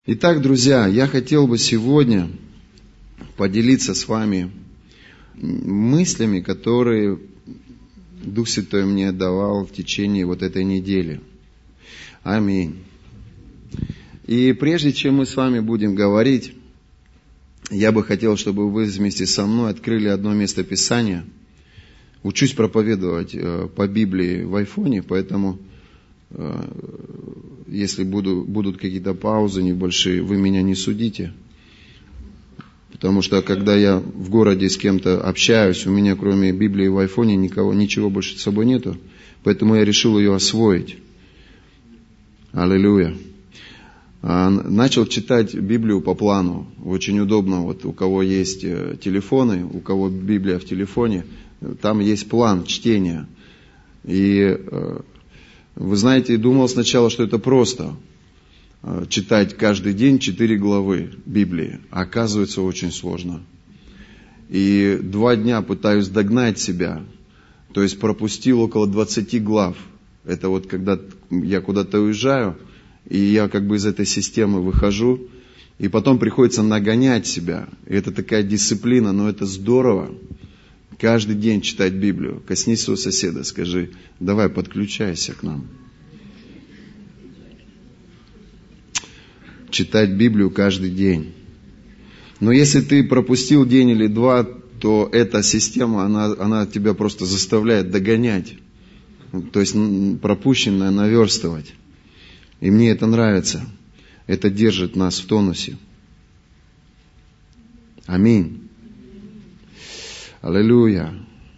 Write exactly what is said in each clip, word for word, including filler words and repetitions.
Итак, друзья, я хотел бы сегодня поделиться с вами мыслями, которые Дух Святой мне давал в течение вот этой недели. Аминь. И прежде чем мы с вами будем говорить, я бы хотел, чтобы вы вместе со мной открыли одно место Писания. Учусь проповедовать по Библии в айфоне, поэтому если буду, будут какие-то паузы небольшие, вы меня не судите. Потому что когда я в городе с кем-то общаюсь, у меня кроме Библии в айфоне никого, ничего больше с собой нету. Поэтому я решил ее освоить. Аллилуйя. Начал читать Библию по плану. Очень удобно, вот у кого есть телефоны, у кого Библия в телефоне, там есть план чтения. И вы знаете, думал сначала, что это просто читать каждый день четыре главы Библии. А оказывается, очень сложно. И два дня пытаюсь догнать себя. То есть пропустил около двадцати глав. Это вот когда я куда-то уезжаю, и я как бы из этой системы выхожу, и потом приходится нагонять себя. И это такая дисциплина, но это здорово. Каждый день читать Библию. Коснись своего соседа, скажи: давай, подключайся к нам. Читать Библию каждый день. Но если ты пропустил день или два, то эта система, она, она тебя просто заставляет догонять. То есть пропущенное наверстывать. И мне это нравится. Это держит нас в тонусе. Аминь. Аллилуйя.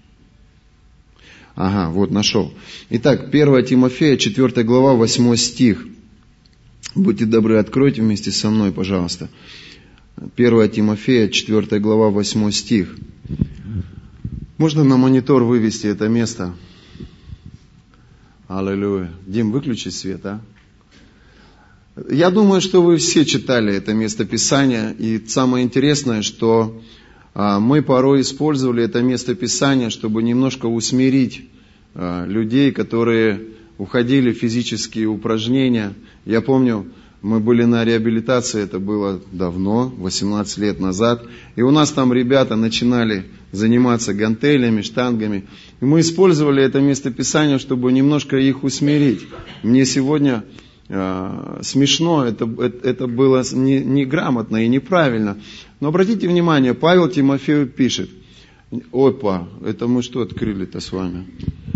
Ага, вот нашел. Итак, первое Тимофея, четвёртая глава, восьмой стих. Будьте добры, откройте вместе со мной, пожалуйста. первое Тимофея, четвёртая глава, восьмой стих. Можно на монитор вывести это место? Аллилуйя. Дим, выключи свет, а? Я думаю, что вы все читали это место Писания. И самое интересное, что мы порой использовали это место Писания, чтобы немножко усмирить людей, которые уходили в физические упражнения. Я помню, мы были на реабилитации, это было давно, восемнадцать лет назад. И у нас там ребята начинали заниматься гантелями, штангами. И мы использовали это место Писания, чтобы немножко их усмирить. Мне сегодня э, смешно, это, это, это было не, неграмотно и неправильно. Но обратите внимание, Павел Тимофею пишет. Опа, это мы что открыли-то с вами?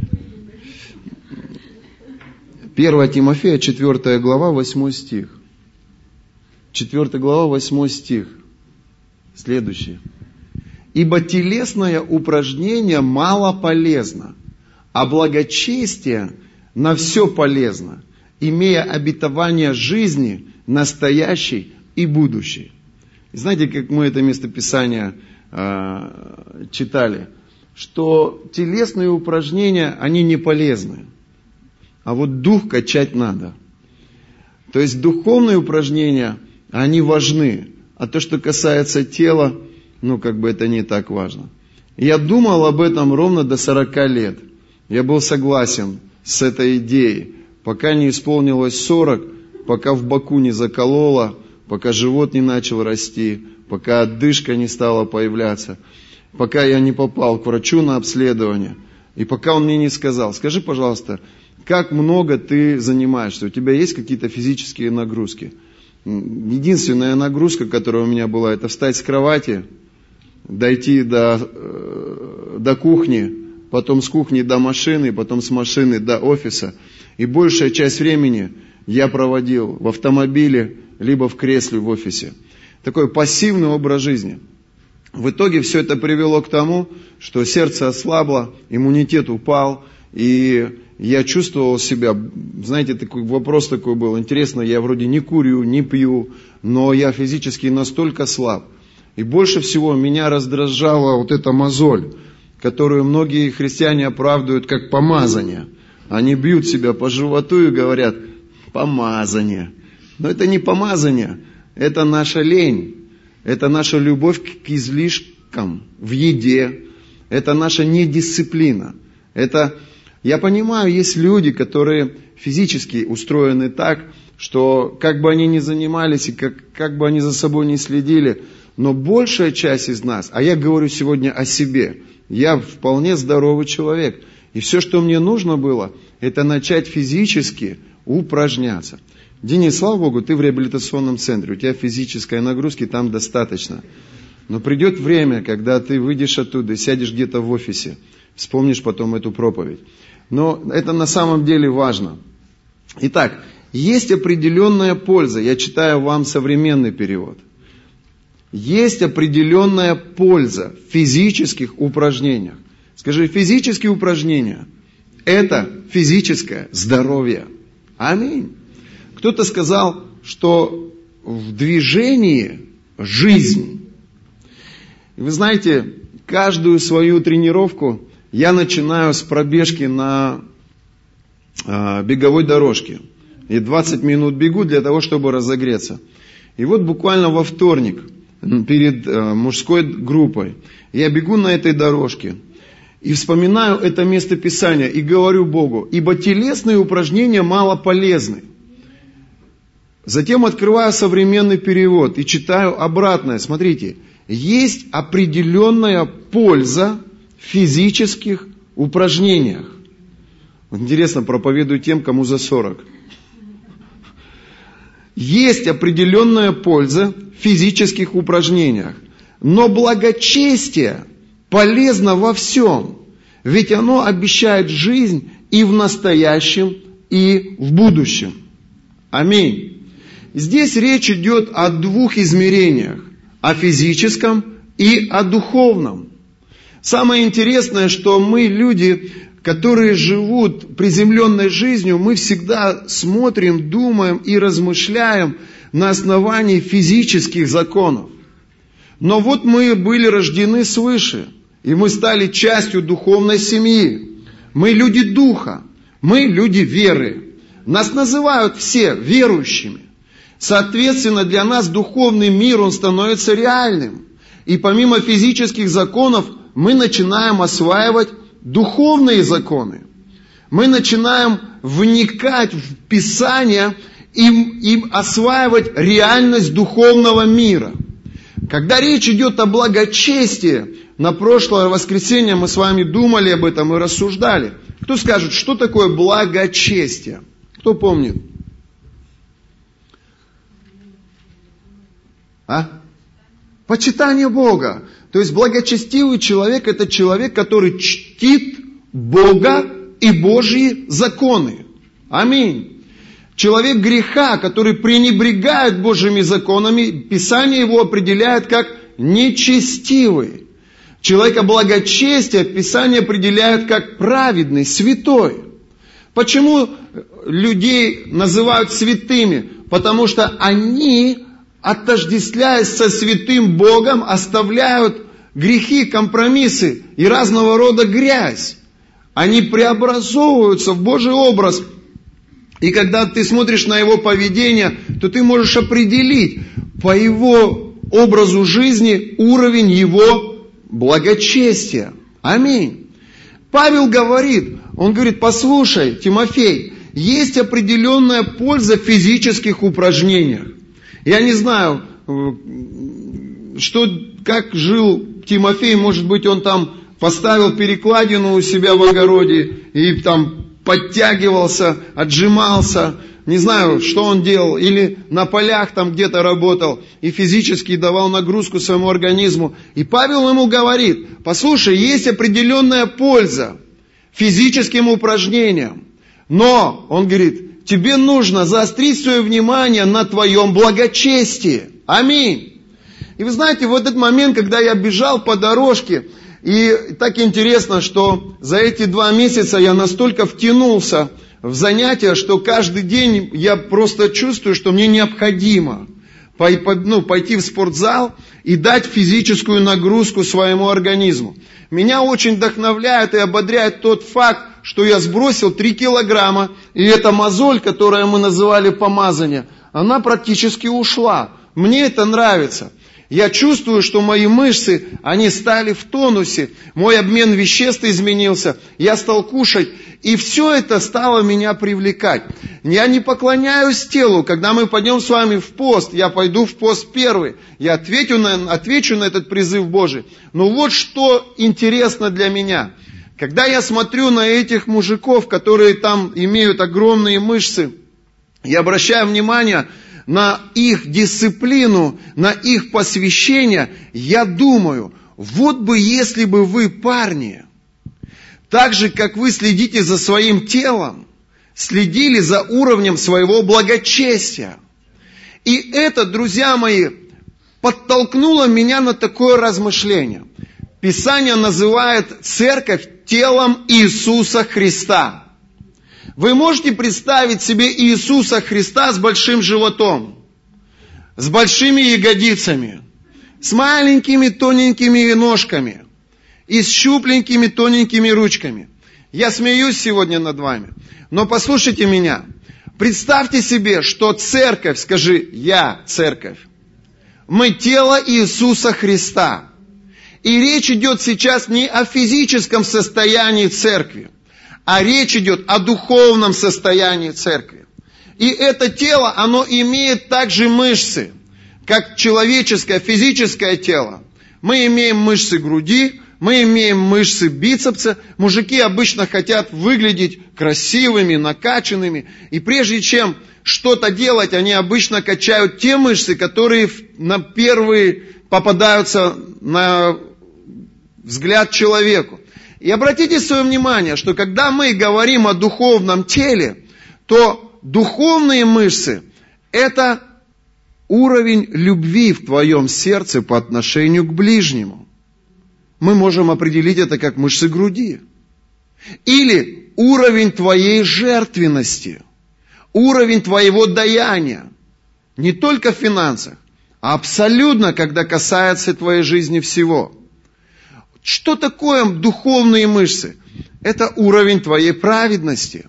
первое Тимофея, четвёртая глава, восьмой стих. четвёртая глава, восьмой стих. Следующий. «Ибо телесное упражнение мало полезно, а благочестие на все полезно, имея обетование жизни настоящей и будущей». Знаете, как мы это местописание э, читали, что телесные упражнения, они не полезны, а вот дух качать надо. То есть духовные упражнения, они важны, а то, что касается тела, ну как бы это не так важно. Я думал об этом ровно до сорока лет. Я был согласен с этой идеей, пока не исполнилось сорок, пока в боку не закололо, пока живот не начал расти, пока одышка не стала появляться, пока я не попал к врачу на обследование, и пока он мне не сказал: скажи, пожалуйста, как много ты занимаешься, у тебя есть какие-то физические нагрузки? Единственная нагрузка, которая у меня была, это встать с кровати, дойти до, до кухни, потом с кухни до машины, потом с машины до офиса. И большая часть времени я проводил в автомобиле, либо в кресле в офисе. Такой пассивный образ жизни. В итоге все это привело к тому, что сердце ослабло, иммунитет упал, и я чувствовал себя, знаете, такой вопрос такой был, интересно, я вроде не курю, не пью, но я физически настолько слаб. И больше всего меня раздражала вот эта мозоль, которую многие христиане оправдывают как помазание. Они бьют себя по животу и говорят: помазание. Но это не помазание, это наша лень, это наша любовь к излишкам в еде, это наша недисциплина, это Я понимаю, есть люди, которые физически устроены так, что как бы они ни занимались и как, как бы они за собой ни следили, но большая часть из нас, а я говорю сегодня о себе, я вполне здоровый человек, и все, что мне нужно было, это начать физически упражняться. Денис, слава Богу, ты в реабилитационном центре, у тебя физической нагрузки там достаточно. Но придет время, когда ты выйдешь оттуда и сядешь где-то в офисе, вспомнишь потом эту проповедь. Но это на самом деле важно. Итак, есть определенная польза. Я читаю вам современный перевод. Есть определенная польза в физических упражнениях. Скажи, физические упражнения – это физическое здоровье. Аминь. Кто-то сказал, что в движении жизнь. Вы знаете, каждую свою тренировку я начинаю с пробежки на э, беговой дорожке. И двадцать минут бегу для того, чтобы разогреться. И вот буквально во вторник перед э, мужской группой я бегу на этой дорожке и вспоминаю это место Писания и говорю Богу, ибо телесные упражнения мало полезны. Затем открываю современный перевод и читаю обратное. Смотрите, есть определенная польза в физических упражнениях. Вот интересно, проповедую тем, кому за сорок. Есть определенная польза в физических упражнениях, но благочестие полезно во всем, ведь оно обещает жизнь и в настоящем, и в будущем. Аминь. Здесь речь идет о двух измерениях, о физическом и о духовном. Самое интересное, что мы, люди, которые живут приземленной жизнью, мы всегда смотрим, думаем и размышляем на основании физических законов. Но вот мы были рождены свыше, и мы стали частью духовной семьи. Мы люди духа, мы люди веры. Нас называют все верующими. Соответственно, для нас духовный мир, он становится реальным. И помимо физических законов, мы начинаем осваивать духовные законы. Мы начинаем вникать в Писание и, и осваивать реальность духовного мира. Когда речь идет о благочестии, на прошлое воскресенье мы с вами думали об этом и рассуждали. Кто скажет, что такое благочестие? Кто помнит? А? Почитание Бога. То есть благочестивый человек – это человек, который чтит Бога и Божьи законы. Аминь. Человек греха, который пренебрегает Божьими законами, Писание его определяет как нечестивый. Человека благочестия Писание определяет как праведный, святой. Почему людей называют святыми? Потому что они, отождествляясь со святым Богом, оставляют грехи, компромиссы и разного рода грязь. Они преобразовываются в Божий образ. И когда ты смотришь на его поведение, то ты можешь определить по его образу жизни уровень его благочестия. Аминь. Павел говорит, он говорит, послушай, Тимофей, есть определенная польза в физических упражнениях. Я не знаю, что, как жил Тимофей, может быть, он там поставил перекладину у себя в огороде и там подтягивался, отжимался, не знаю, что он делал, или на полях там где-то работал и физически давал нагрузку своему организму. И Павел ему говорит, послушай, есть определенная польза физическим упражнениям, но, он говорит, тебе нужно заострить свое внимание на твоем благочестии. Аминь. И вы знаете, в этот момент, когда я бежал по дорожке, и так интересно, что за эти два месяца я настолько втянулся в занятия, что каждый день я просто чувствую, что мне необходимо пойти в спортзал и дать физическую нагрузку своему организму. Меня очень вдохновляет и ободряет тот факт, что я сбросил три килограмма, и эта мозоль, которую мы называли помазание, она практически ушла. Мне это нравится. Я чувствую, что мои мышцы, они стали в тонусе. Мой обмен веществ изменился. Я стал кушать. И все это стало меня привлекать. Я не поклоняюсь телу. Когда мы пойдем с вами в пост, я пойду в пост первый. Я отвечу на, отвечу на этот призыв Божий. Но вот что интересно для меня. Когда я смотрю на этих мужиков, которые там имеют огромные мышцы, я обращаю внимание на их дисциплину, на их посвящение, я думаю, вот бы если бы вы, парни, так же, как вы следите за своим телом, следили за уровнем своего благочестия. И это, друзья мои, подтолкнуло меня на такое размышление. Писание называет церковь телом Иисуса Христа. Вы можете представить себе Иисуса Христа с большим животом, с большими ягодицами, с маленькими тоненькими ножками и с щупленькими тоненькими ручками. Я смеюсь сегодня над вами, но послушайте меня. Представьте себе, что церковь, скажи, я церковь, мы тело Иисуса Христа. И речь идет сейчас не о физическом состоянии церкви, а речь идет о духовном состоянии церкви. И это тело, оно имеет также мышцы, как человеческое, физическое тело. Мы имеем мышцы груди, мы имеем мышцы бицепса. Мужики обычно хотят выглядеть красивыми, накачанными. И прежде чем что-то делать, они обычно качают те мышцы, которые на первые попадаются на взгляд человеку. И обратите свое внимание, что когда мы говорим о духовном теле, то духовные мышцы – это уровень любви в твоем сердце по отношению к ближнему. Мы можем определить это как мышцы груди. Или уровень твоей жертвенности, уровень твоего даяния. Не только в финансах, а абсолютно, когда касается твоей жизни всего. Что такое духовные мышцы? Это уровень твоей праведности.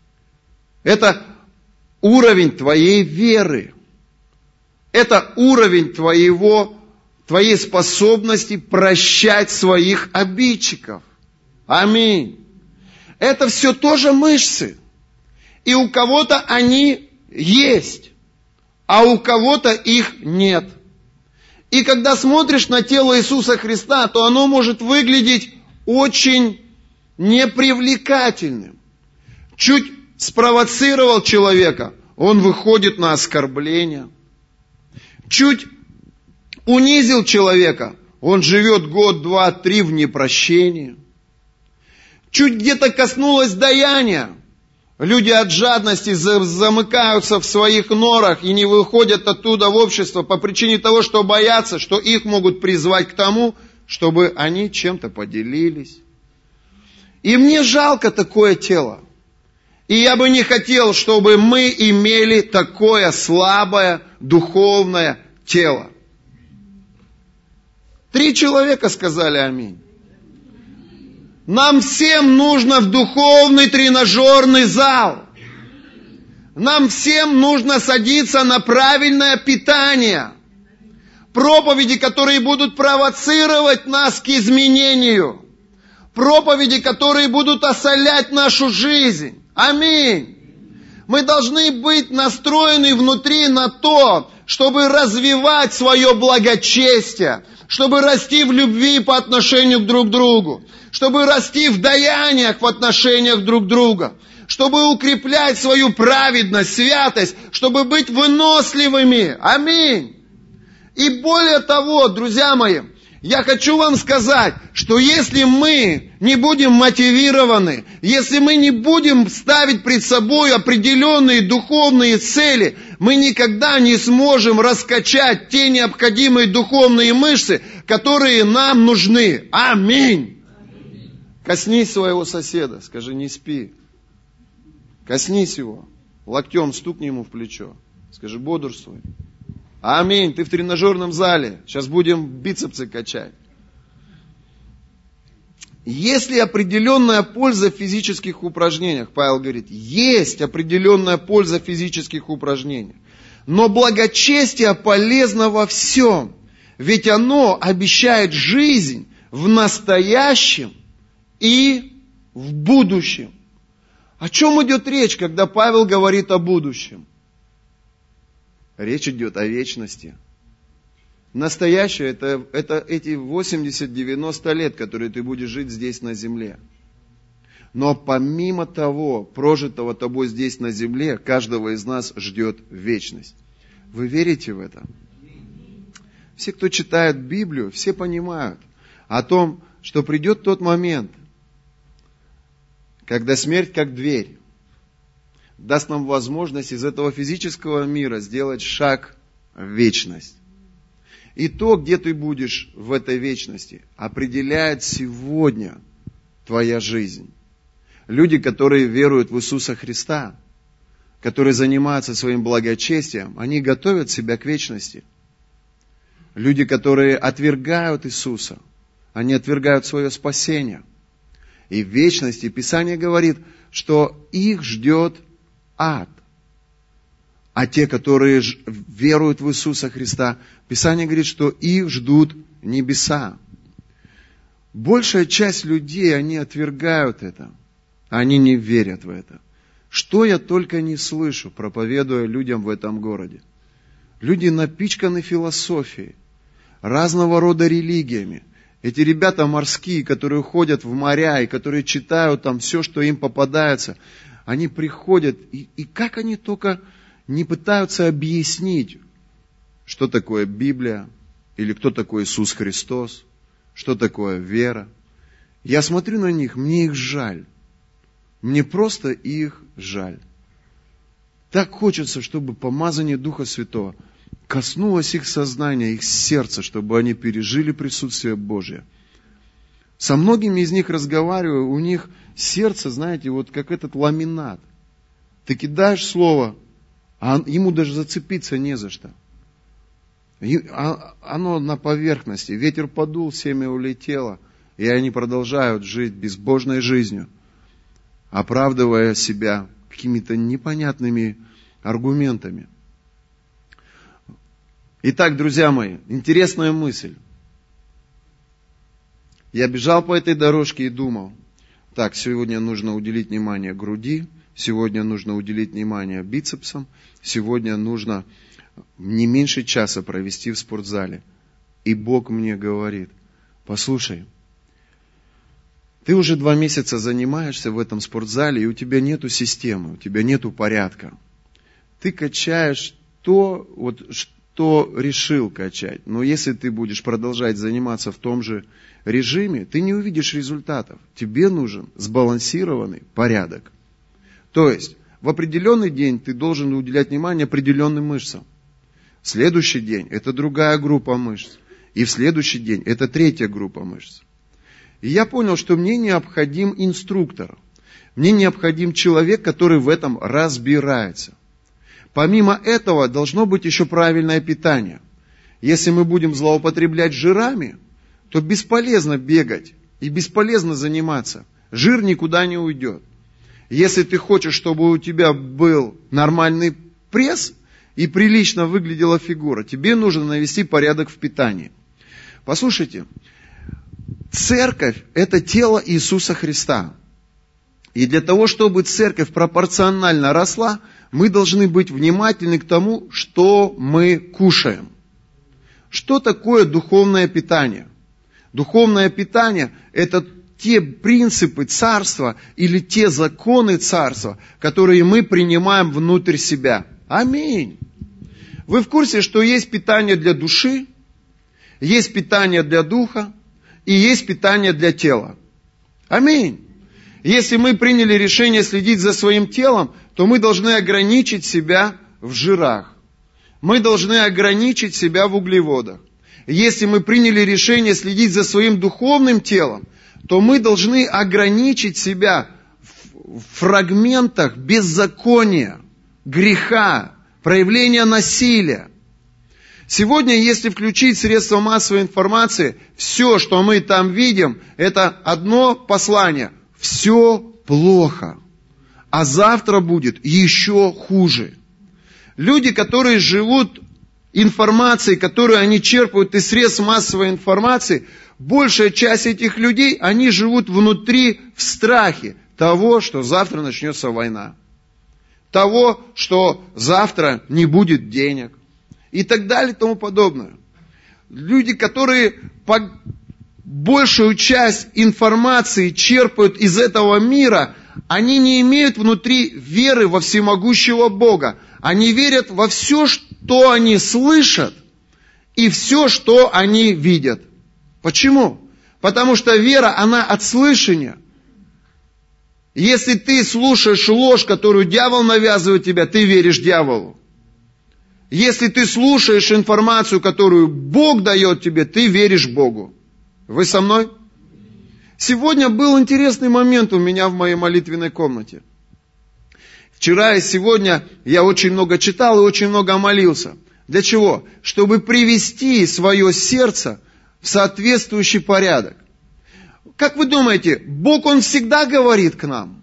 Это уровень твоей веры. Это уровень твоего, твоей способности прощать своих обидчиков. Аминь. Это все тоже мышцы. И у кого-то они есть, а у кого-то их нет. И когда смотришь на тело Иисуса Христа, то оно может выглядеть очень непривлекательным. Чуть спровоцировал человека, он выходит на оскорбление. Чуть унизил человека, он живет год, два, три в непрощении. Чуть где-то коснулось даяния, люди от жадности замыкаются в своих норах и не выходят оттуда в общество по причине того, что боятся, что их могут призвать к тому, чтобы они чем-то поделились. И мне жалко такое тело. И я бы не хотел, чтобы мы имели такое слабое духовное тело. Три человека сказали аминь. Нам всем нужно в духовный тренажерный зал. Нам всем нужно садиться на правильное питание. Проповеди, которые будут провоцировать нас к изменению. Проповеди, которые будут осолять нашу жизнь. Аминь. Мы должны быть настроены внутри на то, чтобы развивать свое благочестие, чтобы расти в любви по отношению друг к другу, чтобы расти в даяниях в отношениях друг друга, чтобы укреплять свою праведность, святость, чтобы быть выносливыми. Аминь. И более того, друзья мои, я хочу вам сказать, что если мы не будем мотивированы, если мы не будем ставить пред собой определенные духовные цели, мы никогда не сможем раскачать те необходимые духовные мышцы, которые нам нужны. Аминь. Коснись своего соседа, скажи, не спи. Коснись его, локтем стукни ему в плечо, скажи, бодрствуй. Аминь, ты в тренажерном зале, сейчас будем бицепсы качать. Есть ли определенная польза в физических упражнениях? Павел говорит, есть определенная польза в физических упражнениях. Но благочестие полезно во всем. Ведь оно обещает жизнь в настоящем и в будущем. О чем идет речь, когда Павел говорит о будущем? Речь идет о вечности. Настоящее это, это эти восемьдесят-девяносто лет, которые ты будешь жить здесь на земле. Но помимо того, прожитого тобой здесь на земле, каждого из нас ждет вечность. Вы верите в это? Все, кто читает Библию, все понимают о том, что придет тот момент, когда смерть, как дверь, даст нам возможность из этого физического мира сделать шаг в вечность. И то, где ты будешь в этой вечности, определяет сегодня твоя жизнь. Люди, которые веруют в Иисуса Христа, которые занимаются своим благочестием, они готовят себя к вечности. Люди, которые отвергают Иисуса, они отвергают свое спасение. И в вечности Писание говорит, что их ждет ад. А те, которые веруют в Иисуса Христа, Писание говорит, что их ждут небеса. Большая часть людей, они отвергают это. Они не верят в это. Что я только не слышу, проповедуя людям в этом городе. Люди напичканы философией, разного рода религиями. Эти ребята морские, которые ходят в моря и которые читают там все, что им попадается, они приходят, и, и как они только не пытаются объяснить, что такое Библия, или кто такой Иисус Христос, что такое вера. Я смотрю на них, мне их жаль. Мне просто их жаль. Так хочется, чтобы помазание Духа Святого коснулось их сознания, их сердца, чтобы они пережили присутствие Божие. Со многими из них разговариваю, у них сердце, знаете, вот как этот ламинат. Ты кидаешь слово, а ему даже зацепиться не за что. Оно на поверхности. Ветер подул, семя улетело, и они продолжают жить безбожной жизнью, оправдывая себя какими-то непонятными аргументами. Итак, друзья мои, интересная мысль. Я бежал по этой дорожке и думал, так, сегодня нужно уделить внимание груди, сегодня нужно уделить внимание бицепсам, сегодня нужно не меньше часа провести в спортзале. И Бог мне говорит, послушай, ты уже два месяца занимаешься в этом спортзале, и у тебя нету системы, у тебя нету порядка. Ты качаешь то, вот, что решил качать. Но если ты будешь продолжать заниматься в том же режиме, ты не увидишь результатов. Тебе нужен сбалансированный порядок. То есть, в определенный день ты должен уделять внимание определенным мышцам. В следующий день это другая группа мышц. И в следующий день это третья группа мышц. И я понял, что мне необходим инструктор. Мне необходим человек, который в этом разбирается. Помимо этого, должно быть еще правильное питание. Если мы будем злоупотреблять жирами, то бесполезно бегать и бесполезно заниматься. Жир никуда не уйдет. Если ты хочешь, чтобы у тебя был нормальный пресс и прилично выглядела фигура, тебе нужно навести порядок в питании. Послушайте, церковь – это тело Иисуса Христа. И для того, чтобы церковь пропорционально росла, мы должны быть внимательны к тому, что мы кушаем. Что такое духовное питание? Духовное питание – это те принципы царства или те законы царства, которые мы принимаем внутрь себя. Аминь. Вы в курсе, что есть питание для души, есть питание для духа и есть питание для тела? Аминь. Если мы приняли решение следить за своим телом, то мы должны ограничить себя в жирах. Мы должны ограничить себя в углеводах. Если мы приняли решение следить за своим духовным телом, то мы должны ограничить себя в фрагментах беззакония, греха, проявления насилия. Сегодня, если включить средства массовой информации, все, что мы там видим, это одно послание. Все плохо. А завтра будет еще хуже. Люди, которые живут информации, которую они черпают из средств массовой информации, большая часть этих людей, они живут внутри в страхе того, что завтра начнется война, того, что завтра не будет денег и так далее и тому подобное. Люди, которые по большую часть информации черпают из этого мира, они не имеют внутри веры во всемогущего Бога. Они верят во все, что они слышат, и все, что они видят. Почему? Потому что вера, она от слышания. Если ты слушаешь ложь, которую дьявол навязывает тебе, ты веришь дьяволу. Если ты слушаешь информацию, которую Бог дает тебе, ты веришь Богу. Вы со мной? Сегодня был интересный момент у меня в моей молитвенной комнате. Вчера и сегодня я очень много читал и очень много молился. Для чего? Чтобы привести свое сердце в соответствующий порядок. Как вы думаете, Бог, Он всегда говорит к нам?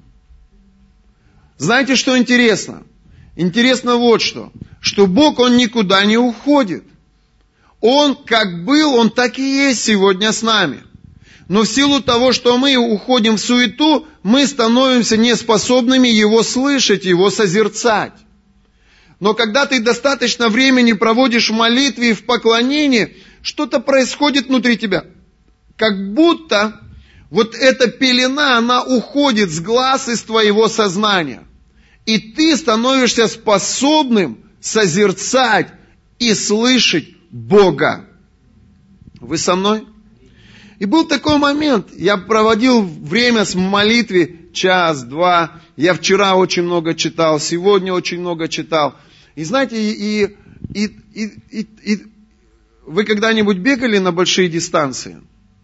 Знаете, что интересно? Интересно вот что. Что Бог, Он никуда не уходит. Он как был, Он так и есть сегодня с нами. Но в силу того, что мы уходим в суету, мы становимся неспособными Его слышать, Его созерцать. Но когда ты достаточно времени проводишь в молитве и в поклонении, что-то происходит внутри тебя. Как будто вот эта пелена, она уходит с глаз из твоего сознания. И ты становишься способным созерцать и слышать Бога. Вы со мной? И был такой момент, я проводил время с молитвой час, два, я вчера очень много читал, сегодня очень много читал. И знаете, и, и, и, и, и вы когда-нибудь бегали на большие дистанции?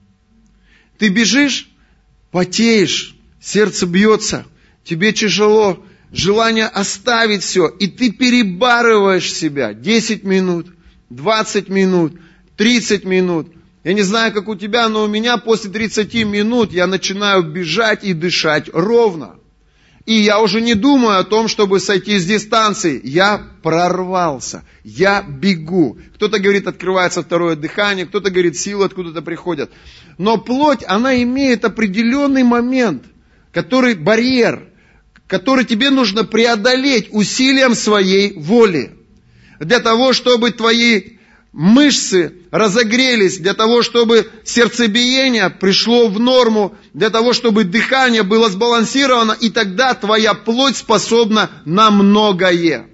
Ты бежишь, потеешь, сердце бьется, тебе тяжело, желание оставить все, и ты перебарываешь себя десять минут, двадцать минут, тридцать минут. Я не знаю, как у тебя, но у меня после тридцати минут я начинаю бежать и дышать ровно. И я уже не думаю о том, чтобы сойти с дистанции. Я прорвался, я бегу. Кто-то говорит, открывается второе дыхание, кто-то говорит, силы откуда-то приходят. Но плоть, она имеет определенный момент, который барьер, который тебе нужно преодолеть усилием своей воли. Для того, чтобы твои мышцы разогрелись, для того, чтобы сердцебиение пришло в норму, для того, чтобы дыхание было сбалансировано, и тогда твоя плоть способна на многое.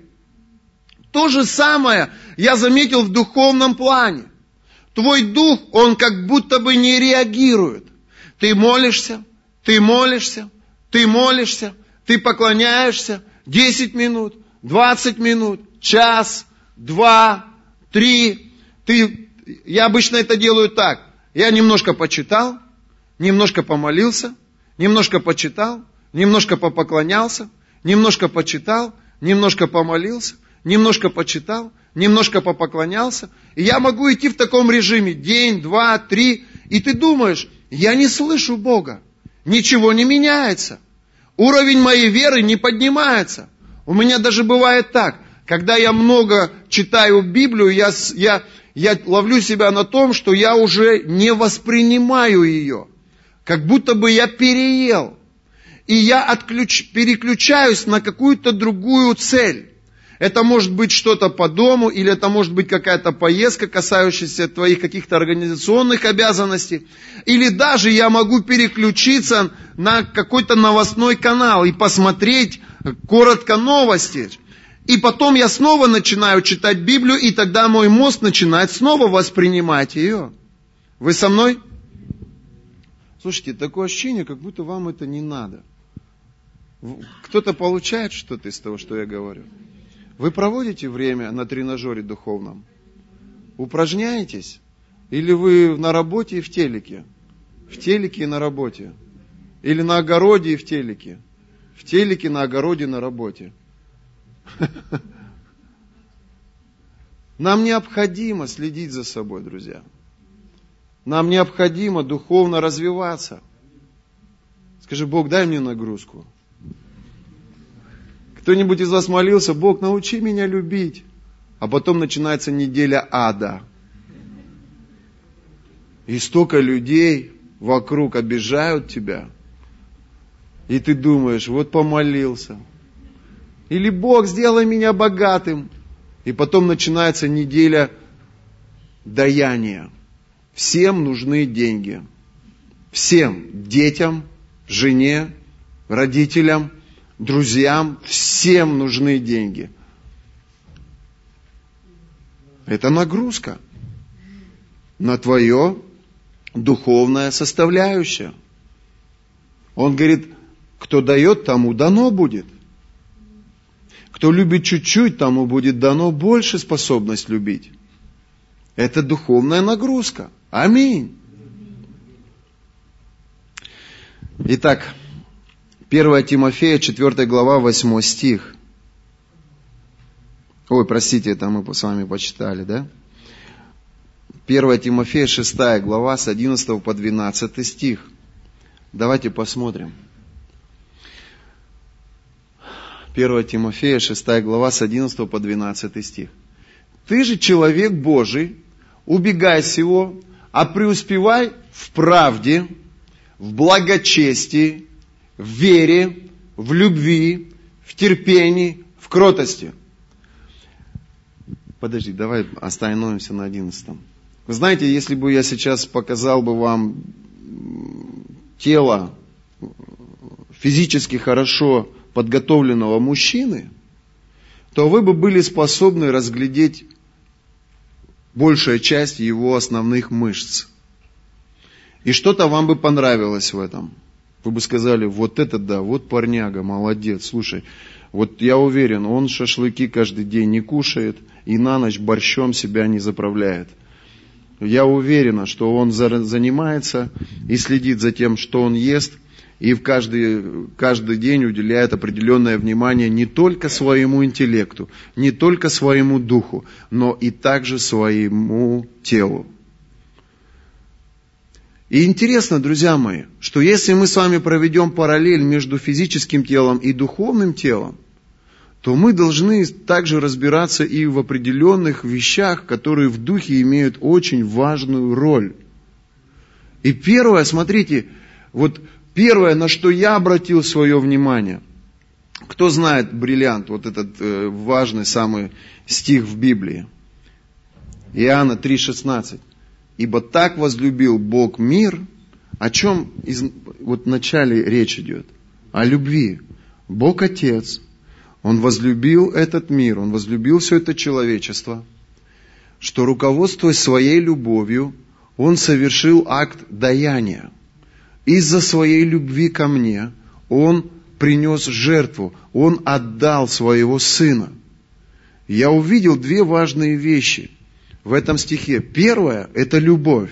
То же самое я заметил в духовном плане. Твой дух, он как будто бы не реагирует. Ты молишься, ты молишься, ты молишься, ты поклоняешься десять минут, двадцать минут, час, два, три. Ты, я обычно это делаю так. Я немножко почитал, немножко помолился, немножко почитал, немножко попоклонялся, немножко почитал, немножко помолился, немножко почитал, немножко попоклонялся. И я могу идти в таком режиме день, два, три. И ты думаешь, я не слышу Бога. Ничего не меняется. Уровень моей веры не поднимается. У меня даже бывает так. Когда я много читаю Библию, я, я, я ловлю себя на том, что я уже не воспринимаю ее. Как будто бы я переел. И я отключ, переключаюсь на какую-то другую цель. Это может быть что-то по дому, или это может быть какая-то поездка, касающаяся твоих каких-то организационных обязанностей. Или даже я могу переключиться на какой-то новостной канал и посмотреть коротко новости. И потом я снова начинаю читать Библию, и тогда мой мозг начинает снова воспринимать ее. Вы со мной? Слушайте, такое ощущение, как будто вам это не надо. Кто-то получает что-то из того, что я говорю? Вы проводите время на тренажере духовном? Упражняетесь? Или вы на работе и в телеке? В телеке и на работе? Или на огороде и в телеке? В телеке, на огороде, на работе? Нам необходимо следить за собой, друзья. Нам необходимо духовно развиваться. Скажи, Бог, дай мне нагрузку. Кто-нибудь из вас молился, Бог, научи меня любить. а потом начинается неделя ада. И столько людей вокруг обижают тебя. И ты думаешь, вот помолился. Или Бог, сделай меня богатым. И потом начинается неделя даяния. Всем нужны деньги. Всем. Детям, жене, родителям, друзьям. Всем нужны деньги. Это нагрузка на твое духовная составляющая. Он говорит, кто дает, тому дано будет. Кто любит чуть-чуть, тому будет дано больше способность любить. Это духовная нагрузка. Аминь. Итак, первое Тимофея, четвёртая глава, восьмой стих. Ой, простите, это мы с вами почитали, да? первое Тимофея, шестая глава, с одиннадцатого по двенадцатый стих. Давайте посмотрим. первое Тимофея, шестая глава, с одиннадцатого по двенадцатый стих. «Ты же человек Божий, убегай сего, а преуспевай в правде, в благочестии, в вере, в любви, в терпении, в кротости». Подожди, давай остановимся на одиннадцатом. Вы знаете, если бы я сейчас показал бы вам тело физически хорошо подготовленного мужчины, то вы бы были способны разглядеть большая часть его основных мышц. И что-то вам бы понравилось в этом. Вы бы сказали, вот это да, вот парняга, молодец, слушай, вот я уверен, он шашлыки каждый день не кушает и на ночь борщом себя не заправляет. Я уверена, что он занимается и следит за тем, что он ест, и в каждый, каждый день уделяет определенное внимание не только своему интеллекту, не только своему духу, но и также своему телу. И интересно, друзья мои, что если мы с вами проведем параллель между физическим телом и духовным телом, то мы должны также разбираться и в определенных вещах, которые в духе имеют очень важную роль. И первое, смотрите, вот первое, на что я обратил свое внимание, кто знает бриллиант, вот этот э, важный самый стих в Библии, Иоанна три шестнадцать. «Ибо так возлюбил Бог мир», о чем из, вот в начале речь идет? О любви. Бог Отец, Он возлюбил этот мир, Он возлюбил все это человечество, что, руководствуясь своей любовью, Он совершил акт даяния. Из-за своей любви ко мне Он принес жертву, Он отдал своего Сына. Я увидел две важные вещи в этом стихе. Первое – это любовь.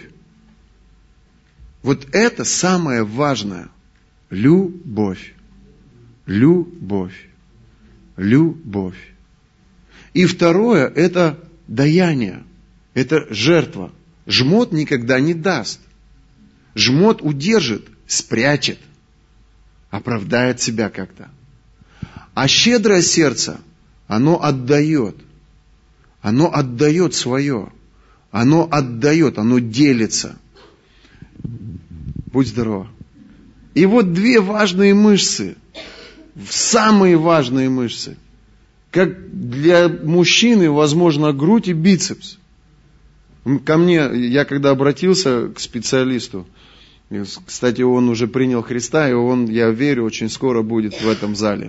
Вот это самое важное. Любовь. Любовь. Любовь. И второе – это даяние. Это жертва. Жмот никогда не даст. Жмот удержит, спрячет, оправдает себя как-то. А щедрое сердце, оно отдает. Оно отдает свое. Оно отдает, оно делится. Будь здорова. И вот две важные мышцы. Самые важные мышцы. Как для мужчины, возможно, грудь и бицепс. Ко мне, я когда обратился к специалисту, кстати, он уже принял Христа, и он, я верю, очень скоро будет в этом зале.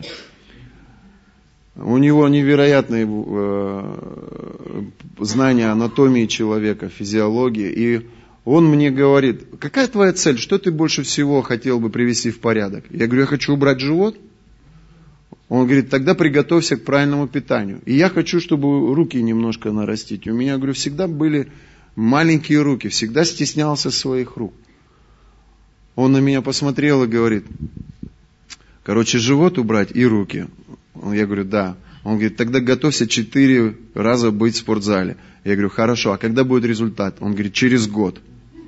У него невероятные э, знания анатомии человека, физиологии. И он мне говорит, какая твоя цель, что ты больше всего хотел бы привести в порядок? Я говорю, я хочу убрать живот. Он говорит, тогда приготовься к правильному питанию. И я хочу, чтобы руки немножко нарастить. У меня, говорю, всегда были маленькие руки, всегда стеснялся своих рук. Он на меня посмотрел и говорит, короче, живот убрать и руки. Я говорю, да. Он говорит, тогда готовься четыре раза быть в спортзале. Я говорю, хорошо, а когда будет результат? Он говорит, через год.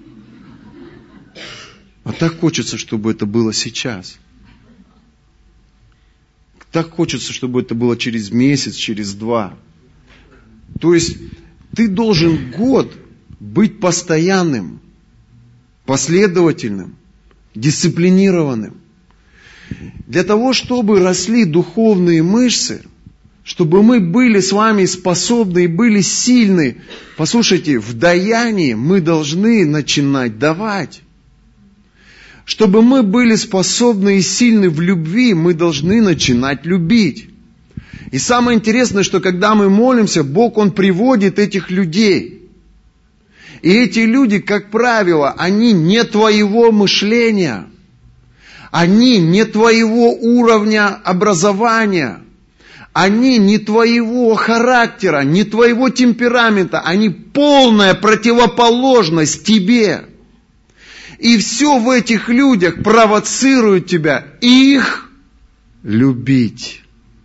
А так хочется, чтобы это было сейчас. Так хочется, чтобы это было через месяц, через два. То есть ты должен год быть постоянным, последовательным, дисциплинированным. Для того, чтобы росли духовные мышцы, чтобы мы были с вами способны и были сильны, послушайте, в даянии мы должны начинать давать. Чтобы мы были способны и сильны в любви, мы должны начинать любить. И самое интересное, что когда мы молимся, Бог, Он приводит этих людей. И эти люди, как правило, они не твоего мышления. Они не твоего уровня образования. Они не твоего характера, не твоего темперамента. Они полная противоположность тебе. И все в этих людях провоцирует тебя их любить.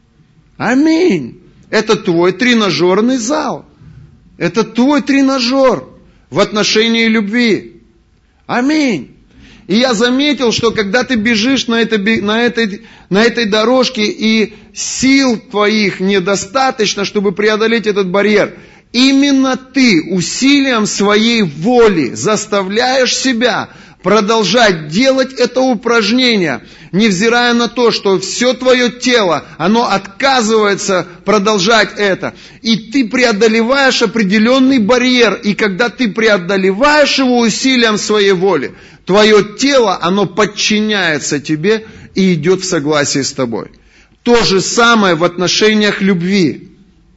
Аминь. Это твой тренажерный зал. Это твой тренажер в отношении любви. Аминь. И я заметил, что когда ты бежишь на этой, на этой, на этой дорожке, и сил твоих недостаточно, чтобы преодолеть этот барьер, именно ты усилием своей воли заставляешь себя продолжать делать это упражнение, невзирая на то, что все твое тело, оно отказывается продолжать это. И ты преодолеваешь определенный барьер, и когда ты преодолеваешь его усилием своей воли, твое тело, оно подчиняется тебе и идет в согласии с тобой. То же самое в отношениях любви.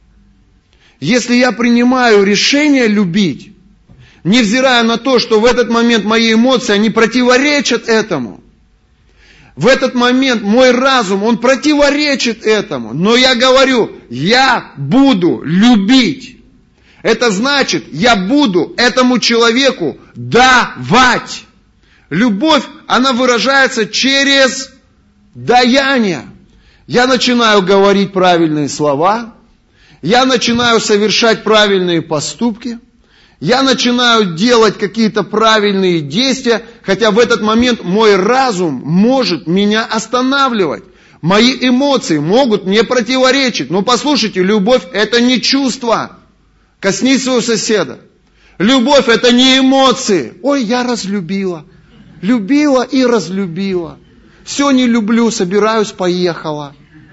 Если я принимаю решение любить, невзирая на то, что в этот момент мои эмоции, они противоречат этому. В этот момент мой разум, он противоречит этому. Но я говорю, я буду любить. Это значит, я буду этому человеку давать. Любовь, она выражается через даяние. Я начинаю говорить правильные слова. Я начинаю совершать правильные поступки. Я начинаю делать какие-то правильные действия, хотя в этот момент мой разум может меня останавливать. Мои эмоции могут мне противоречить. Но послушайте, любовь это не чувство. Коснись своего соседа. Любовь это не эмоции. Ой, я разлюбила. Любила и разлюбила. Все не люблю, собираюсь, поехала.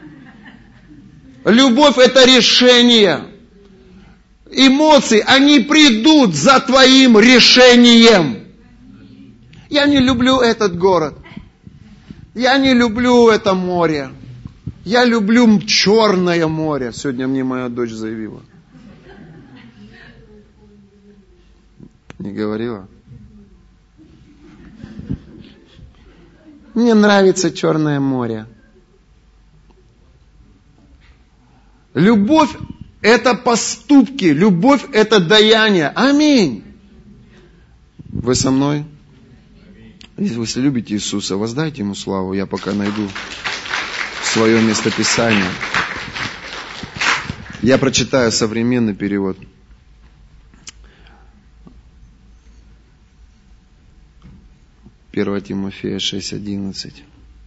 Любовь это решение. Эмоции, они придут за твоим решением. Я не люблю этот город. Я не люблю это море. Я люблю Черное море. Сегодня мне моя дочь заявила. Не говорила? Мне нравится Черное море. Любовь это поступки, любовь это даяние. Аминь. Вы со мной? Если вы любите Иисуса, воздайте Ему славу. Я пока найду свое местописание. Я прочитаю современный перевод. первое Тимофея шесть одиннадцать.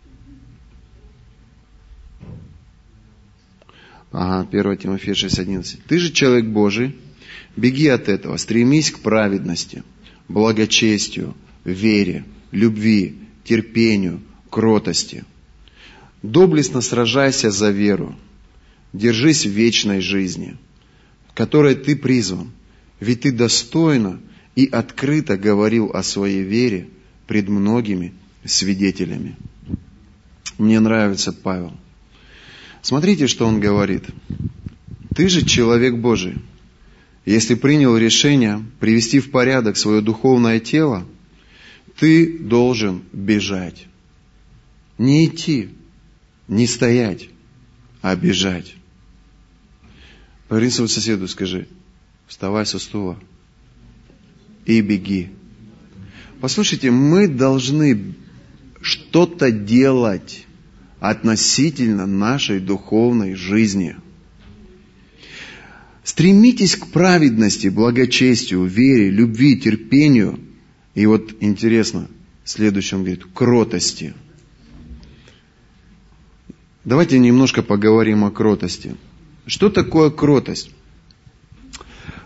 Ага, первое Тимофея шесть одиннадцать. Ты же человек Божий, беги от этого, стремись к праведности, благочестию, вере, любви, терпению, кротости. Доблестно сражайся за веру, держись в вечной жизни, в которой ты призван, ведь ты достойно и открыто говорил о своей вере пред многими свидетелями. Мне нравится Павел. Смотрите, что он говорит. Ты же человек Божий. Если принял решение привести в порядок свое духовное тело, ты должен бежать. Не идти, не стоять, а бежать. Поверни своему соседу, скажи, вставай со стула и беги. Послушайте, мы должны что-то делать относительно нашей духовной жизни. Стремитесь к праведности, благочестию, вере, любви, терпению. И вот интересно, следующее он говорит, кротости. Давайте немножко поговорим о кротости. Что такое кротость?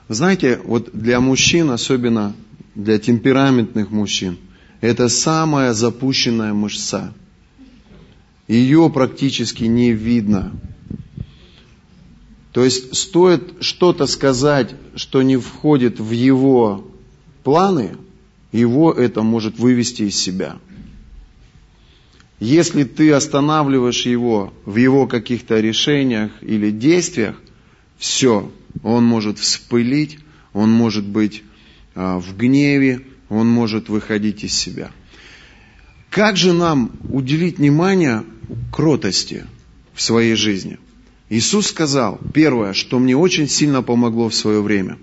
Знаете, вот для мужчин, особенно для темпераментных мужчин, это самая запущенная мышца. Ее практически не видно. То есть стоит что-то сказать, что не входит в его планы, его это может вывести из себя. Если ты останавливаешь его в его каких-то решениях или действиях, все, он может вспылить, он может быть а, в гневе, он может выходить из себя. Как же нам уделить внимание кротости в своей жизни? Иисус сказал, первое, что мне очень сильно помогло в свое время.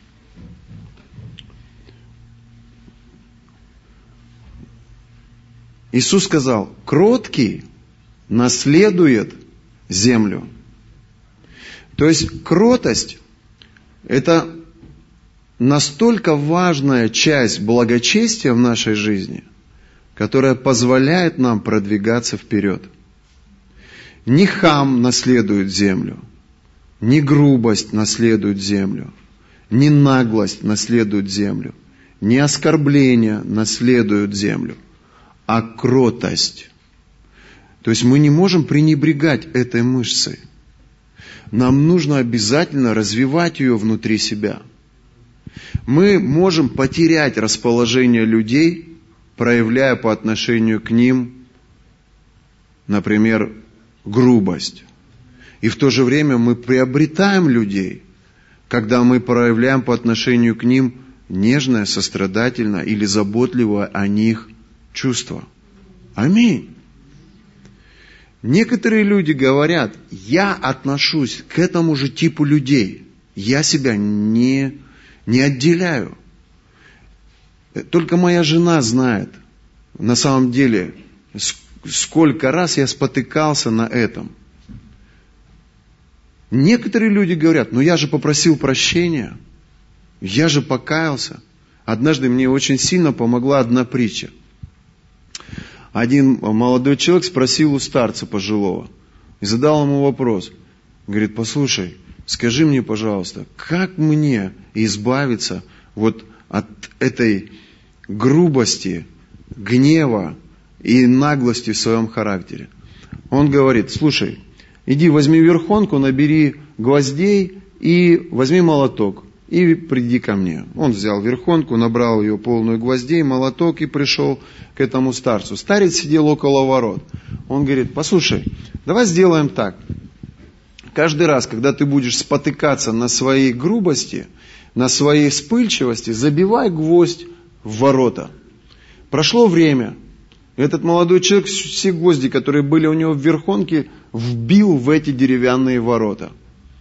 Иисус сказал, кроткий наследует землю. То есть кротость – это настолько важная часть благочестия в нашей жизни, которая позволяет нам продвигаться вперед. Не хам наследует землю, не грубость наследует землю, не наглость наследует землю, не оскорбление наследует землю, а кротость. То есть мы не можем пренебрегать этой мышцей. Нам нужно обязательно развивать ее внутри себя. Мы можем потерять расположение людей, проявляя по отношению к ним, например, грубость. И в то же время мы приобретаем людей, когда мы проявляем по отношению к ним нежное, сострадательное или заботливое о них чувство. Аминь. Некоторые люди говорят, я отношусь к этому же типу людей. Я себя не, не отделяю. Только моя жена знает, на самом деле, сколько раз я спотыкался на этом. Некоторые люди говорят, ну я же попросил прощения, я же покаялся. Однажды мне очень сильно помогла одна притча. Один молодой человек спросил у старца пожилого и задал ему вопрос. Говорит, послушай, скажи мне, пожалуйста, как мне избавиться вот от этой грубости, гнева и наглости в своем характере? Он говорит, слушай, иди возьми верхонку, набери гвоздей и возьми молоток. И приди ко мне. Он взял верхонку, набрал ее полную гвоздей, молоток и пришел к этому старцу. Старец сидел около ворот. Он говорит, послушай, давай сделаем так. Каждый раз, когда ты будешь спотыкаться на своей грубости, на своей вспыльчивости, забивай гвоздь в ворота. Прошло время. Этот молодой человек все гвозди, которые были у него в верхонке, вбил в эти деревянные ворота.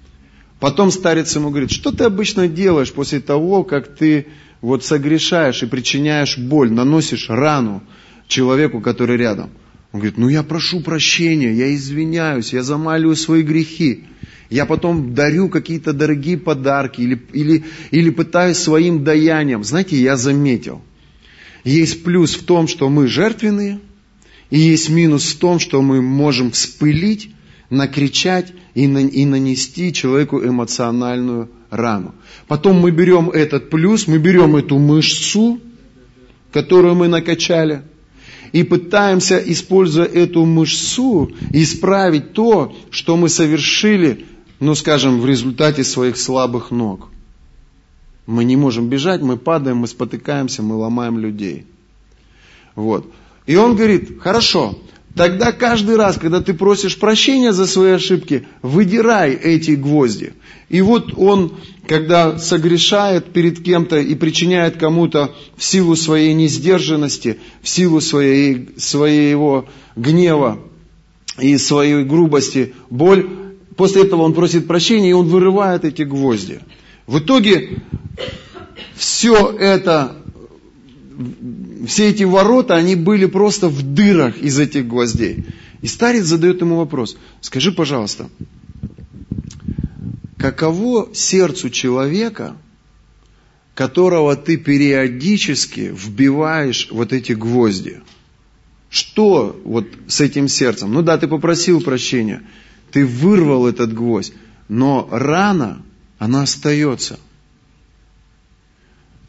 Потом старец ему говорит, что ты обычно делаешь после того, как ты вот согрешаешь и причиняешь боль, наносишь рану человеку, который рядом? Он говорит, ну я прошу прощения, я извиняюсь, я замаливаю свои грехи. Я потом дарю какие-то дорогие подарки или, или, или пытаюсь своим даянием. Знаете, я заметил, есть плюс в том, что мы жертвенные, и есть минус в том, что мы можем вспылить, накричать и, на, и нанести человеку эмоциональную рану. Потом мы берем этот плюс, мы берем эту мышцу, которую мы накачали, и пытаемся, используя эту мышцу, исправить то, что мы совершили, ну скажем, в результате своих слабых ног. Мы не можем бежать, мы падаем, мы спотыкаемся, мы ломаем людей. Вот. И он говорит, хорошо, тогда каждый раз, когда ты просишь прощения за свои ошибки, выдирай эти гвозди. И вот он, когда согрешает перед кем-то и причиняет кому-то в силу своей несдержанности, в силу своей, своего гнева и своей грубости боль, после этого он просит прощения, и он вырывает эти гвозди. В итоге все это... Все эти ворота, они были просто в дырах из этих гвоздей. И старец задает ему вопрос. Скажи, пожалуйста, каково сердцу человека, которого ты периодически вбиваешь вот эти гвозди? Что вот с этим сердцем? Ну да, ты попросил прощения, ты вырвал этот гвоздь, но рана, она остается.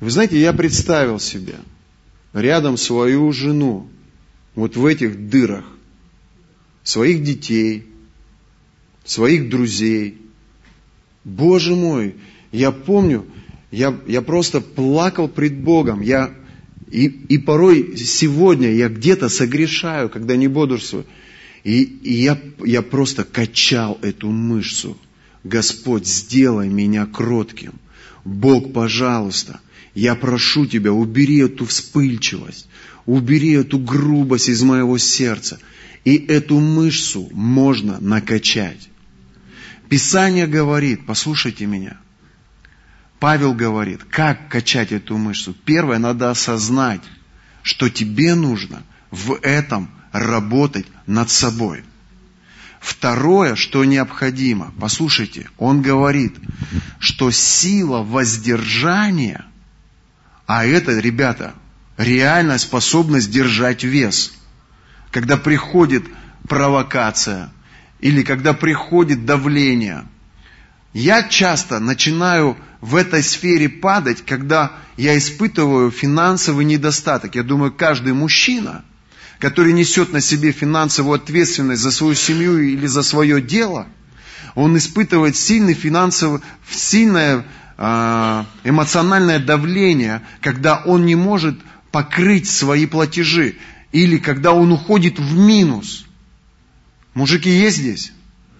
Вы знаете, я представил себе рядом свою жену, вот в этих дырах, своих детей, своих друзей. Боже мой, я помню, я, я просто плакал пред Богом. Я, и, и порой сегодня я где-то согрешаю, когда не бодрствую. И, и я, я просто качал эту мышцу. Господь, сделай меня кротким. Бог, пожалуйста, я прошу Тебя, убери эту вспыльчивость, убери эту грубость из моего сердца. И эту мышцу можно накачать. Писание говорит, послушайте меня, Павел говорит, как качать эту мышцу. Первое, надо осознать, что тебе нужно в этом работать над собой. Второе, что необходимо, послушайте, он говорит, что сила воздержания, а это, ребята, реальная способность держать вес. Когда приходит провокация или когда приходит давление. Я часто начинаю в этой сфере падать, когда я испытываю финансовый недостаток. Я думаю, каждый мужчина, который несет на себе финансовую ответственность за свою семью или за свое дело, он испытывает сильный финансовый, сильное эмоциональное давление, когда он не может покрыть свои платежи, или когда он уходит в минус. Мужики есть здесь?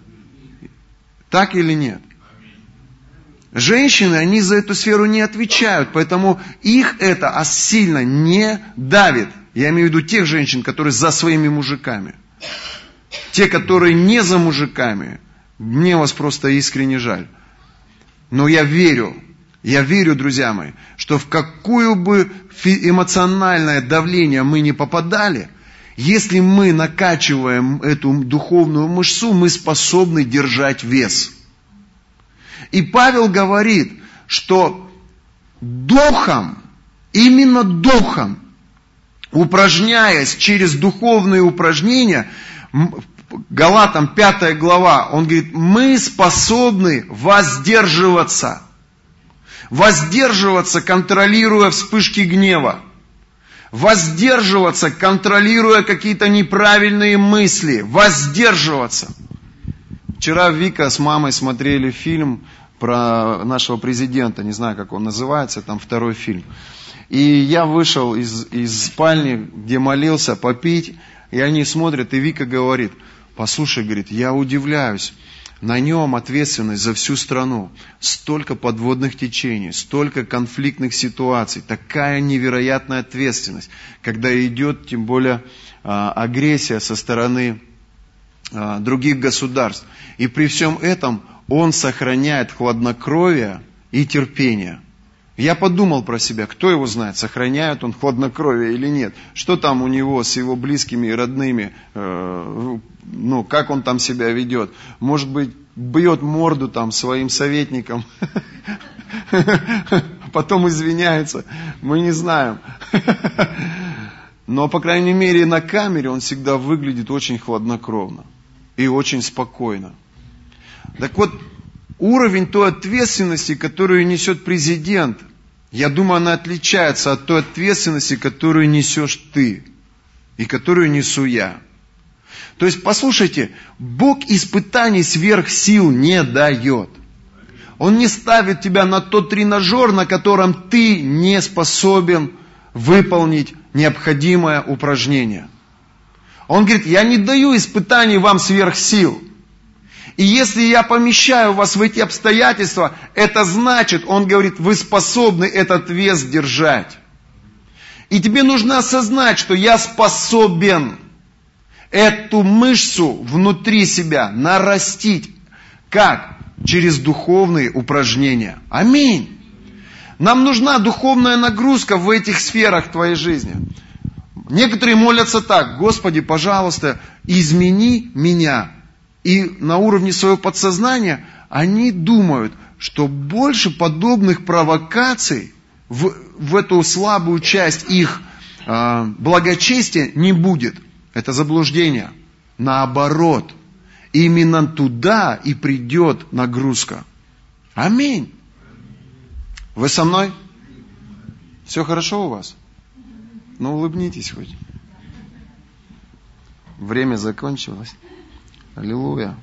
Так или нет? Женщины, они за эту сферу не отвечают, поэтому их это сильно не давит. Я имею в виду тех женщин, которые за своими мужиками. Те, которые не за мужиками, мне вас просто искренне жаль. Но я верю, я верю, друзья мои, что в какое бы эмоциональное давление мы не попадали, если мы накачиваем эту духовную мышцу, мы способны держать вес. И Павел говорит, что духом, именно духом, упражняясь через духовные упражнения, Галатам пятая глава, он говорит, мы способны воздерживаться. Воздерживаться, контролируя вспышки гнева. Воздерживаться, контролируя какие-то неправильные мысли. Воздерживаться. Вчера Вика с мамой смотрели фильм про нашего президента, не знаю, как он называется, там второй фильм. И я вышел из, из спальни, где молился, попить, и они смотрят, и Вика говорит, послушай, говорит, я удивляюсь, на нем ответственность за всю страну, столько подводных течений, столько конфликтных ситуаций, такая невероятная ответственность, когда идет, тем более, агрессия со стороны других государств. И при всем этом он сохраняет хладнокровие и терпение. Я подумал про себя, кто его знает, сохраняет он хладнокровие или нет. Что там у него с его близкими и родными, э, ну, как он там себя ведет. Может быть, бьет морду там своим советникам, потом извиняется, мы не знаем. Но, по крайней мере, на камере он всегда выглядит очень хладнокровно и очень спокойно. Так вот, уровень той ответственности, которую несет президент, я думаю, она отличается от той ответственности, которую несешь ты и которую несу я. То есть, послушайте, Бог испытаний сверх сил не дает. Он не ставит тебя на тот тренажер, на котором ты не способен выполнить необходимое упражнение. Он говорит, я не даю испытаний вам сверх сил. И если я помещаю вас в эти обстоятельства, это значит, он говорит, вы способны этот вес держать. И тебе нужно осознать, что я способен эту мышцу внутри себя нарастить. Как? Через духовные упражнения. Аминь. Нам нужна духовная нагрузка в этих сферах твоей жизни. Некоторые молятся так, Господи, пожалуйста, измени меня. И на уровне своего подсознания они думают, что больше подобных провокаций в, в эту слабую часть их э, благочестия не будет. Это заблуждение. Наоборот, именно туда и придет нагрузка. Аминь. Вы со мной? Все хорошо у вас? Ну, улыбнитесь хоть. Время закончилось. Аллилуйя.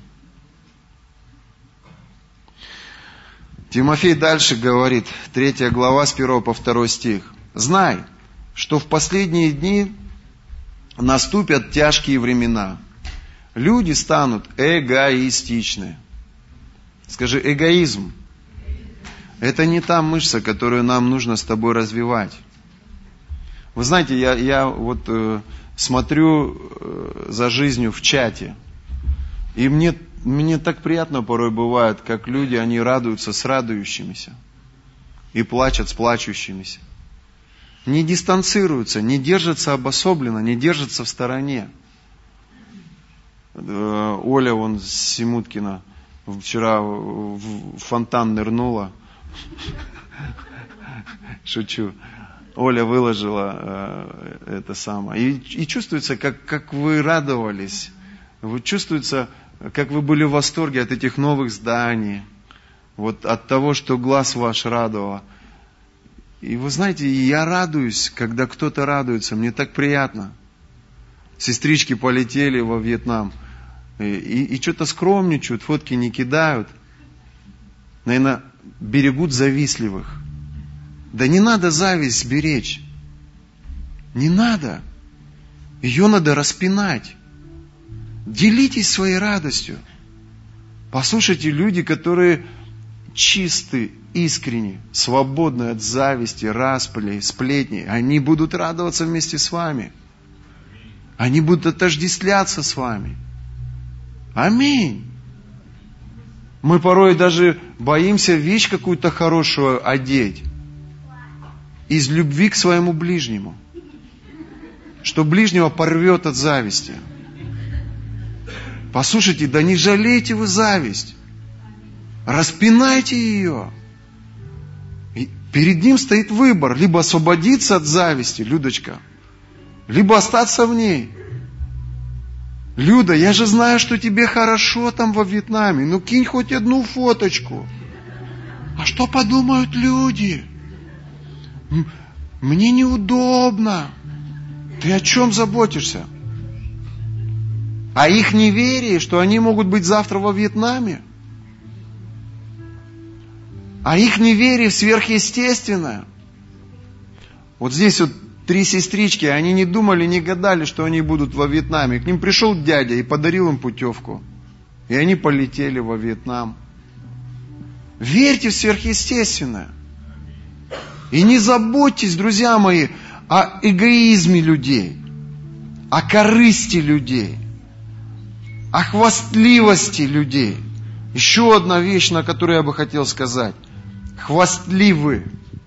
Тимофей дальше говорит, третья глава с первого по второй стих. «Знай, что в последние дни наступят тяжкие времена. Люди станут эгоистичны». Скажи, эгоизм. Это не та мышца, которую нам нужно с тобой развивать. Вы знаете, я, я вот э, смотрю э, за жизнью в чате, и мне, мне так приятно порой бывает, как люди, они радуются с радующимися и плачут с плачущимися. Не дистанцируются, не держатся обособленно, не держатся в стороне. Э, Оля вон с Симуткина вчера в фонтан нырнула. Шучу. Оля выложила э, это самое. И, и чувствуется, как, как вы радовались. Вы чувствуется, как вы были в восторге от этих новых зданий. Вот от того, что глаз ваш радовало. И вы знаете, я радуюсь, когда кто-то радуется. Мне так приятно. Сестрички полетели во Вьетнам. И, и, и что-то скромничают, фотки не кидают. Наверное, берегут завистливых. Да не надо зависть беречь. Не надо. Ее надо распинать. Делитесь своей радостью. Послушайте, люди, которые чисты, искренни, свободны от зависти, распыли, сплетни, они будут радоваться вместе с вами. Они будут отождествляться с вами. Аминь. Мы порой даже боимся вещь какую-то хорошую одеть. Из любви к своему ближнему. Что ближнего порвет от зависти. Послушайте, да не жалейте вы зависть. Распинайте ее. И перед ним стоит выбор. Либо освободиться от зависти, Людочка, либо остаться в ней. Люда, я же знаю, что тебе хорошо там во Вьетнаме. Ну кинь хоть одну фоточку. А что подумают люди? Мне неудобно. Ты о чем заботишься? О их неверии, что они могут быть завтра во Вьетнаме? О их неверии в сверхъестественное? Вот здесь вот три сестрички, они не думали, не гадали, что они будут во Вьетнаме. К ним пришел дядя и подарил им путевку. И они полетели во Вьетнам. Верьте в сверхъестественное. И не заботьтесь, друзья мои, о эгоизме людей, о корысти людей, о хвастливости людей. Еще одна вещь, на которую я бы хотел сказать. Хвастливы.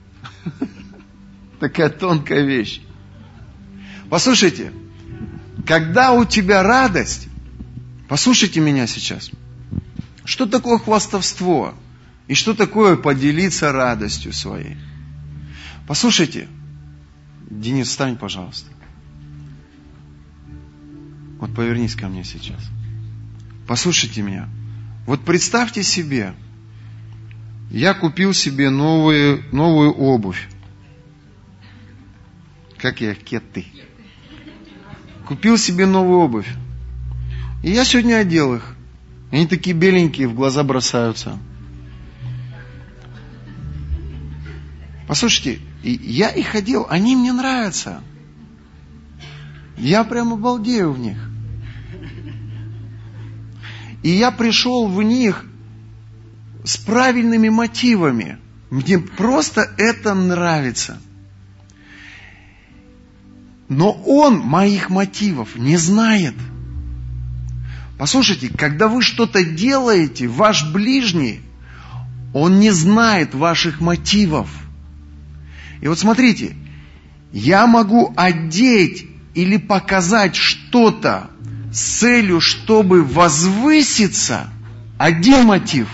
Такая тонкая вещь. Послушайте, когда у тебя радость, послушайте меня сейчас, что такое хвастовство? И что такое поделиться радостью своей? Послушайте, Денис, встань, пожалуйста. Вот повернись ко мне сейчас. Послушайте меня. Вот представьте себе, я купил себе новую, новую обувь. Как я, кетты. Купил себе новую обувь. И я сегодня одел их. Они такие беленькие, в глаза бросаются. Послушайте, я их одел, они мне нравятся. Я прям обалдею в них. И я пришел в них с правильными мотивами. Мне просто это нравится. Но он моих мотивов не знает. Послушайте, когда вы что-то делаете, ваш ближний, он не знает ваших мотивов. И вот смотрите, я могу одеть или показать что-то с целью, чтобы возвыситься, один мотив.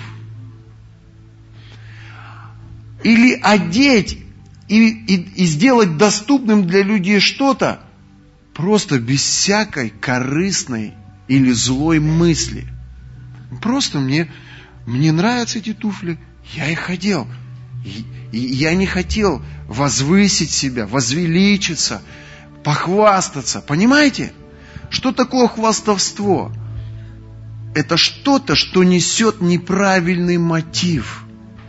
Или одеть и, и, и сделать доступным для людей что-то, просто без всякой корыстной или злой мысли. Просто мне, мне нравятся эти туфли, я их одел. И я не хотел возвысить себя, возвеличиться, похвастаться. Понимаете? Что такое хвастовство? Это что-то, что несет неправильный мотив.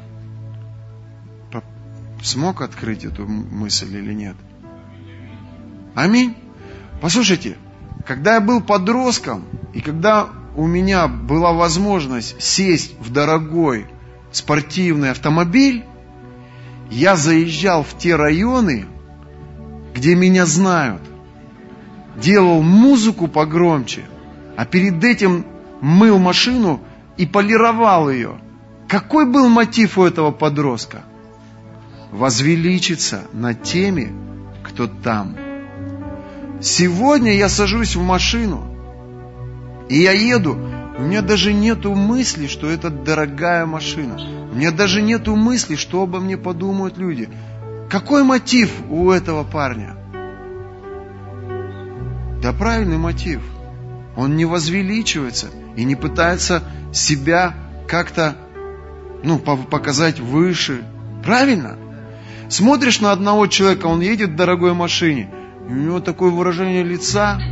Смог открыть эту мысль или нет? Аминь. Послушайте, когда я был подростком, и когда у меня была возможность сесть в дорогой спортивный автомобиль, я заезжал в те районы, где меня знают, делал музыку погромче, а перед этим мыл машину и полировал ее. Какой был мотив у этого подростка? Возвеличиться над теми, кто там. Сегодня я сажусь в машину, и я еду, у меня даже нету мысли, что это дорогая машина. У меня даже нету мысли, что обо мне подумают люди. Какой мотив у этого парня? Да правильный мотив. Он не возвеличивается и не пытается себя как-то, ну, показать выше. Правильно? Смотришь на одного человека, он едет в дорогой машине, и у него такое выражение лица,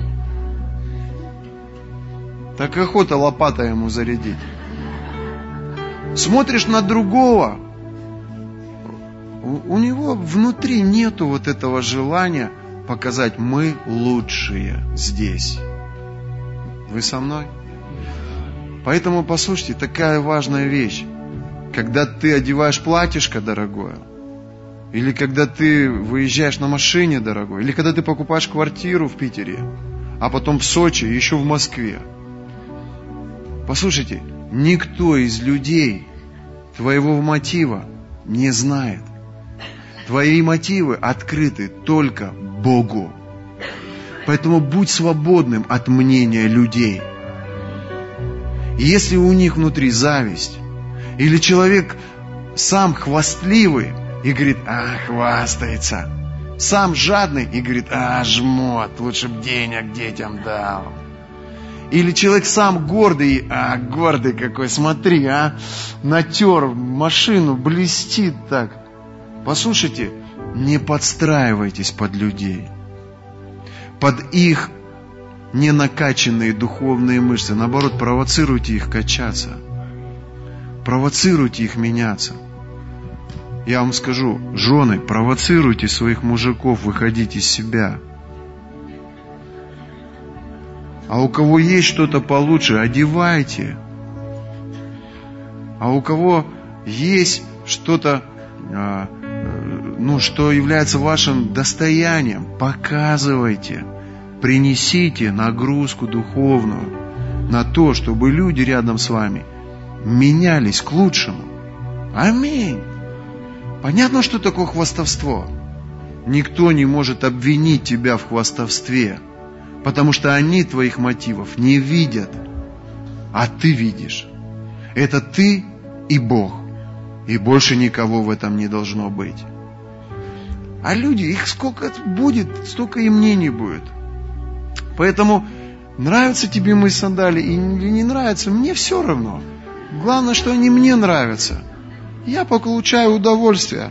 так охота лопатой ему зарядить. Смотришь на другого, у, у него внутри нету вот этого желания показать: мы лучшие здесь. Вы со мной? Поэтому, послушайте, такая важная вещь. Когда ты одеваешь платьишко дорогое, или когда ты выезжаешь на машине дорогой, или когда ты покупаешь квартиру в Питере, а потом в Сочи, и еще в Москве. Послушайте, никто из людей твоего мотива не знает. Твои мотивы открыты только Богу. Поэтому будь свободным от мнения людей. И если у них внутри зависть, или человек сам хвастливый и говорит: а, хвастается, сам жадный и говорит: а, жмот, лучше б денег детям дал. Или человек сам гордый, а, гордый какой, смотри, а, натер машину, блестит так. Послушайте, не подстраивайтесь под людей, под их ненакачанные духовные мышцы. Наоборот, провоцируйте их качаться, провоцируйте их меняться. Я вам скажу, жены, провоцируйте своих мужиков выходить из себя. А у кого есть что-то получше, одевайте. А у кого есть что-то, ну, что является вашим достоянием, показывайте. Принесите нагрузку духовную на то, чтобы люди рядом с вами менялись к лучшему. Аминь. Понятно, что такое хвастовство? Никто не может обвинить тебя в хвастовстве, потому что они твоих мотивов не видят, а ты видишь. Это ты и Бог, и больше никого в этом не должно быть. А люди, их сколько будет, столько и мнений будет. Поэтому нравятся тебе мои сандали или не нравятся, мне все равно. Главное, что они мне нравятся. Я получаю удовольствие.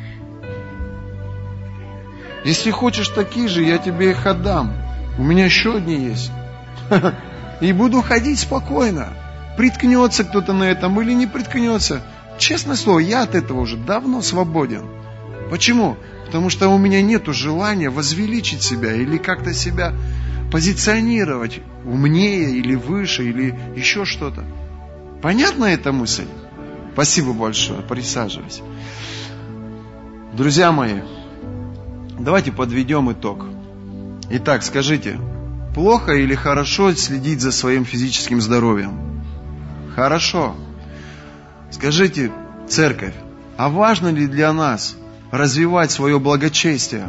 Если хочешь такие же, я тебе их отдам. У меня еще одни есть. И буду ходить спокойно. Приткнется кто-то на этом или не приткнется. Честное слово, я от этого уже давно свободен. Почему? Потому что у меня нет желания возвеличить себя или как-то себя позиционировать умнее или выше, или еще что-то. Понятна эта мысль? Спасибо большое. Присаживайся. Друзья мои, давайте подведем итог. Итак, скажите, плохо или хорошо следить за своим физическим здоровьем? Хорошо. Скажите, церковь, а важно ли для нас развивать свое благочестие?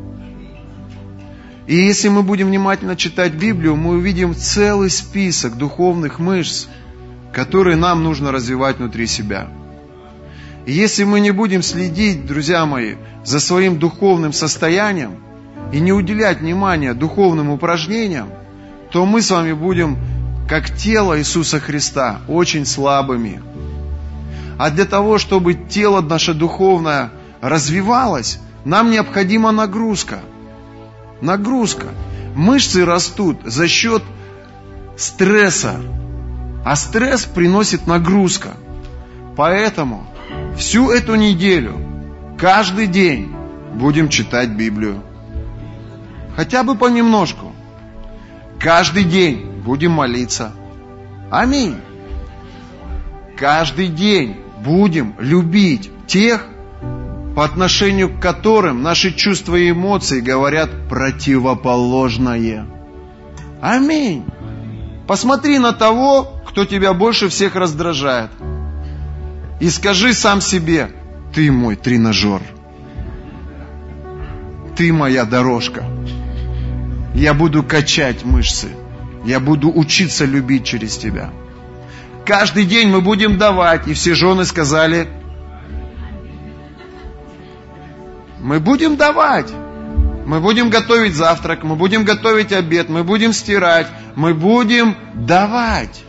И если мы будем внимательно читать Библию, мы увидим целый список духовных мышц, которые нам нужно развивать внутри себя. И если мы не будем следить, друзья мои, за своим духовным состоянием и не уделять внимания духовным упражнениям, то мы с вами будем, как тело Иисуса Христа, очень слабыми. А для того, чтобы тело наше духовное развивалось, нам необходима нагрузка. Нагрузка. Мышцы растут за счет стресса. А стресс приносит нагрузка. Поэтому всю эту неделю, каждый день будем читать Библию. Хотя бы понемножку. Каждый день будем молиться. Аминь. Каждый день будем любить тех, по отношению к которым наши чувства и эмоции говорят противоположное. Аминь. Посмотри на того, кто тебя больше всех раздражает. И скажи сам себе: ты мой тренажер. Ты моя дорожка. Я буду качать мышцы. Я буду учиться любить через тебя. Каждый день мы будем давать. И все жены сказали: мы будем давать. Мы будем готовить завтрак, мы будем готовить обед, мы будем стирать, мы будем давать.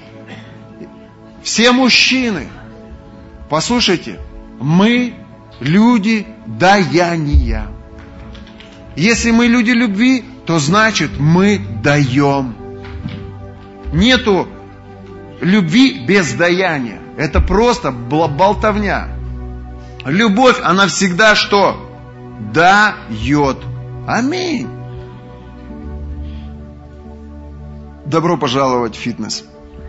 Все мужчины, послушайте, мы люди даяния. Если мы люди любви, то значит мы даем. Нету любви без даяния. Это просто болтовня. Любовь, она всегда что? Дает. Аминь. Добро пожаловать в фитнес.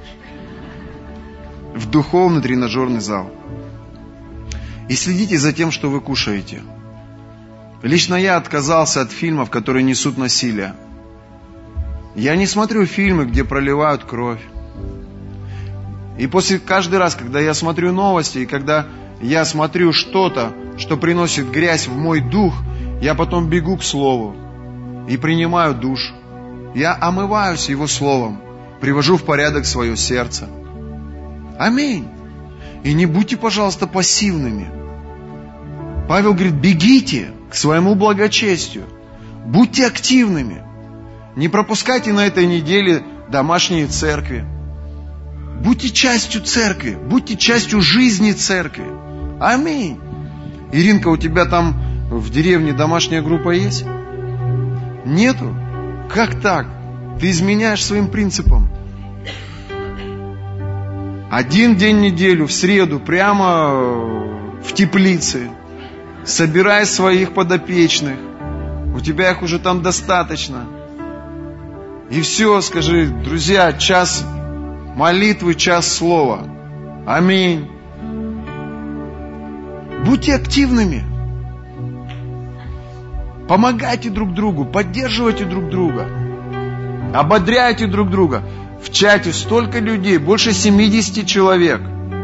В духовный тренажерный зал. И следите за тем, что вы кушаете. Лично я отказался от фильмов, которые несут насилие. Я не смотрю фильмы, где проливают кровь. И после каждый раз, когда я смотрю новости, и когда я смотрю что-то, что приносит грязь в мой дух, я потом бегу к Слову и принимаю душ. Я омываюсь Его Словом, привожу в порядок свое сердце. Аминь. И не будьте, пожалуйста, пассивными. Павел говорит: бегите к своему благочестию. Будьте активными. Не пропускайте на этой неделе домашние церкви. Будьте частью церкви. Будьте частью жизни церкви. Аминь. Иринка, у тебя там в деревне домашняя группа есть? Нету? Как так? Ты изменяешь своим принципам. Один день в неделю, в среду, прямо в теплице. Собирай своих подопечных. У тебя их уже там достаточно. И все, скажи: друзья, час молитвы, час слова. Аминь. Будьте активными. Помогайте друг другу, поддерживайте друг друга. Ободряйте друг друга. В чате столько людей, больше семьдесят человек.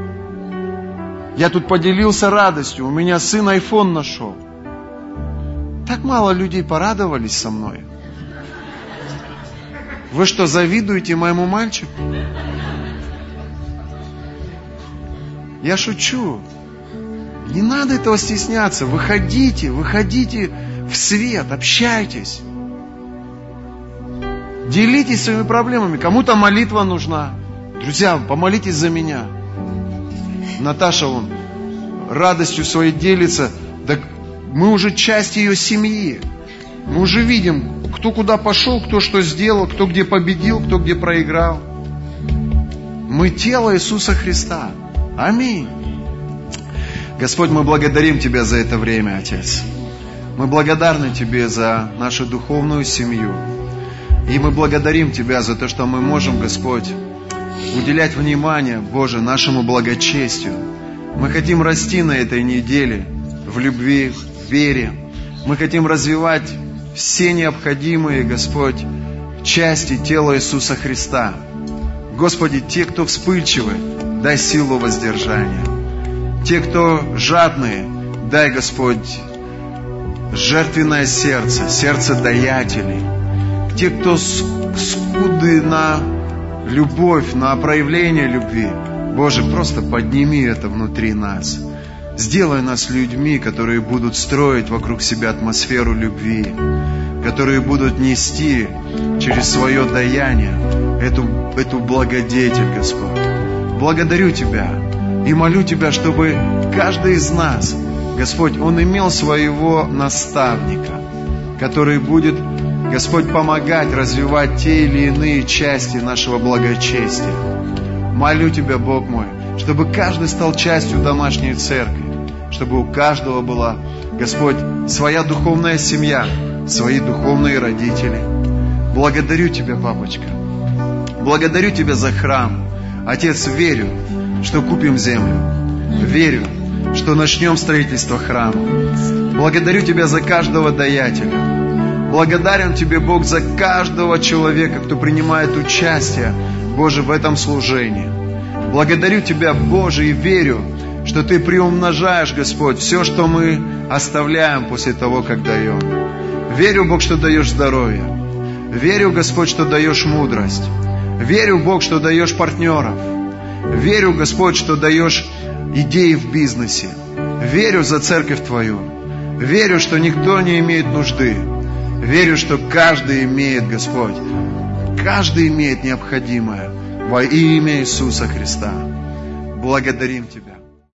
Я тут поделился радостью. У меня сын айфон нашел. Так мало людей порадовались со мной. Вы что, завидуете моему мальчику? Я шучу. Не надо этого стесняться. Выходите, выходите в свет, общайтесь. Делитесь своими проблемами. Кому-то молитва нужна. Друзья, помолитесь за меня. Наташа, он радостью своей делится. Так мы уже часть ее семьи. Мы уже видим, кто куда пошел, кто что сделал, кто где победил, кто где проиграл. Мы тело Иисуса Христа. Аминь. Господь, мы благодарим Тебя за это время, Отец. Мы благодарны Тебе за нашу духовную семью. И мы благодарим Тебя за то, что мы можем, Господь, уделять внимание, Боже, нашему благочестию. Мы хотим расти на этой неделе в любви, в вере. Мы хотим развивать все необходимые, Господь, части тела Иисуса Христа. Господи, те, кто вспыльчивы, дай силу воздержания. Те, кто жадные, дай, Господь, жертвенное сердце, сердце даятелей. Те, кто скуды на любовь, на проявление любви, Боже, просто подними это внутри нас. Сделай нас людьми, которые будут строить вокруг себя атмосферу любви, которые будут нести через свое даяние эту, эту благодетель, Господь. Благодарю Тебя И молю Тебя, чтобы каждый из нас, Господь, он имел своего наставника, который будет, Господь, помогать развивать те или иные части нашего благочестия. Молю Тебя, Бог мой, чтобы каждый стал частью домашней церкви, чтобы у каждого была, Господь, своя духовная семья, свои духовные родители. Благодарю Тебя, папочка. Благодарю Тебя за храм. Отец, верю, что купим землю. Верю, что начнем строительство храма. Благодарю Тебя за каждого даятеля. Благодарен Тебе, Бог, за каждого человека, кто принимает участие, Боже, в этом служении. Благодарю Тебя, Боже, и верю, что Ты приумножаешь, Господь, все, что мы оставляем после того, как даем. Верю, Бог, что даешь здоровье. Верю, Господь, что даешь мудрость. Верю, Бог, что даешь партнеров. Верю, Господь, что даешь идеи в бизнесе. Верю за церковь Твою. Верю, что никто не имеет нужды. Верю, что каждый имеет, Господь, каждый имеет необходимое во имя Иисуса Христа. Благодарим Тебя.